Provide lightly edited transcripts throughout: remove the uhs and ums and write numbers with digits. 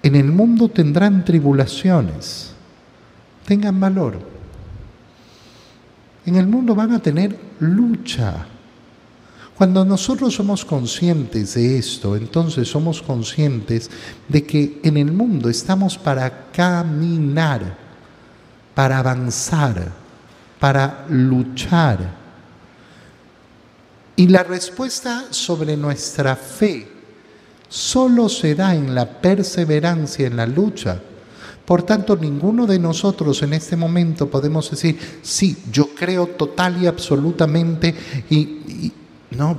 En el mundo tendrán tribulaciones. Tengan valor. En el mundo van a tener lucha. Cuando nosotros somos conscientes de esto, entonces somos conscientes de que en el mundo estamos para caminar, para avanzar, para luchar. Y la respuesta sobre nuestra fe solo se da en la perseverancia en la lucha. Por tanto, ninguno de nosotros en este momento podemos decir, sí, yo creo total y absolutamente no.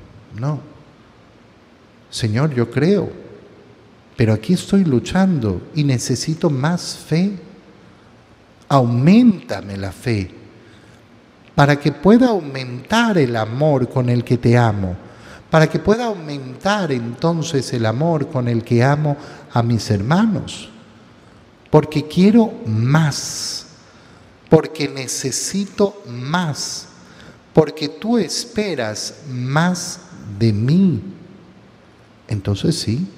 Señor, yo creo, pero aquí estoy luchando y necesito más fe. Auméntame la fe para que pueda aumentar el amor con el que te amo, para que pueda aumentar entonces el amor con el que amo a mis hermanos, porque quiero más, porque necesito más, porque tú esperas más de mí. Entonces sí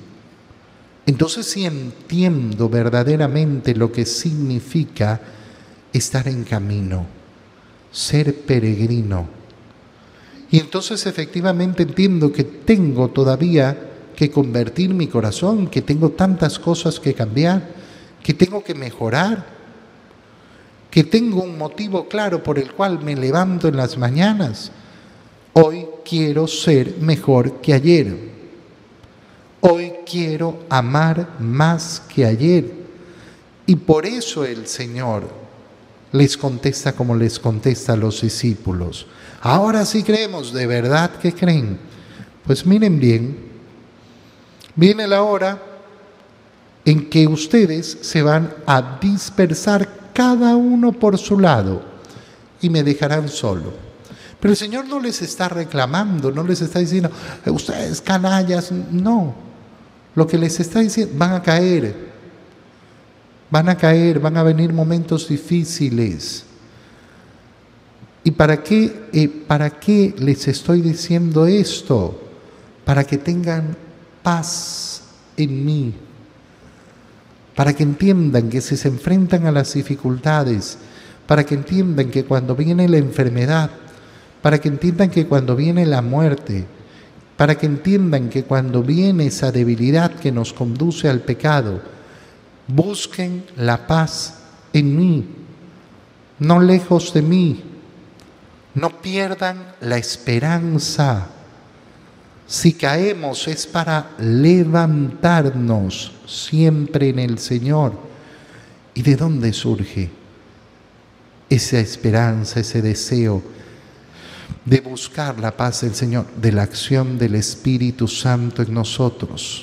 entiendo verdaderamente lo que significa estar en camino, ser peregrino. Y entonces efectivamente entiendo que tengo todavía que convertir mi corazón, que tengo tantas cosas que cambiar, que tengo que mejorar, que tengo un motivo claro por el cual me levanto en las mañanas. Hoy quiero ser mejor que ayer. Hoy quiero amar más que ayer. Y por eso el Señor les contesta como les contesta a los discípulos. Ahora sí creemos, ¿de verdad que creen? Pues miren bien, viene la hora en que ustedes se van a dispersar cada uno por su lado y me dejarán solo. Pero el Señor no les está reclamando, no les está diciendo, ustedes canallas, no. Lo que les está diciendo, van a caer, van a venir momentos difíciles. ¿Y para qué les estoy diciendo esto? Para que tengan paz en mí. Para que entiendan que si se enfrentan a las dificultades, para que entiendan que cuando viene la enfermedad, para que entiendan que cuando viene la muerte, para que entiendan que cuando viene esa debilidad que nos conduce al pecado, busquen la paz en mí, no lejos de mí. No pierdan la esperanza. Si caemos es para levantarnos siempre en el Señor. ¿Y de dónde surge esa esperanza, ese deseo de buscar la paz del Señor? De la acción del Espíritu Santo en nosotros.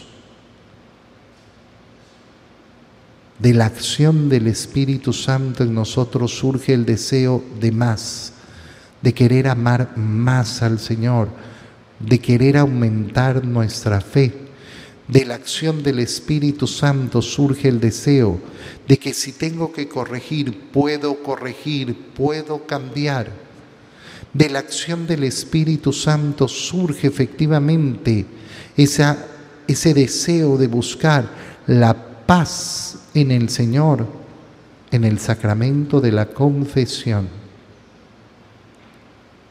De la acción del Espíritu Santo en nosotros surge el deseo de más, de querer amar más al Señor, de querer aumentar nuestra fe. De la acción del Espíritu Santo surge el deseo de que si tengo que corregir, puedo cambiar. De la acción del Espíritu Santo surge efectivamente ese deseo de buscar la paz en el Señor, en el sacramento de la confesión.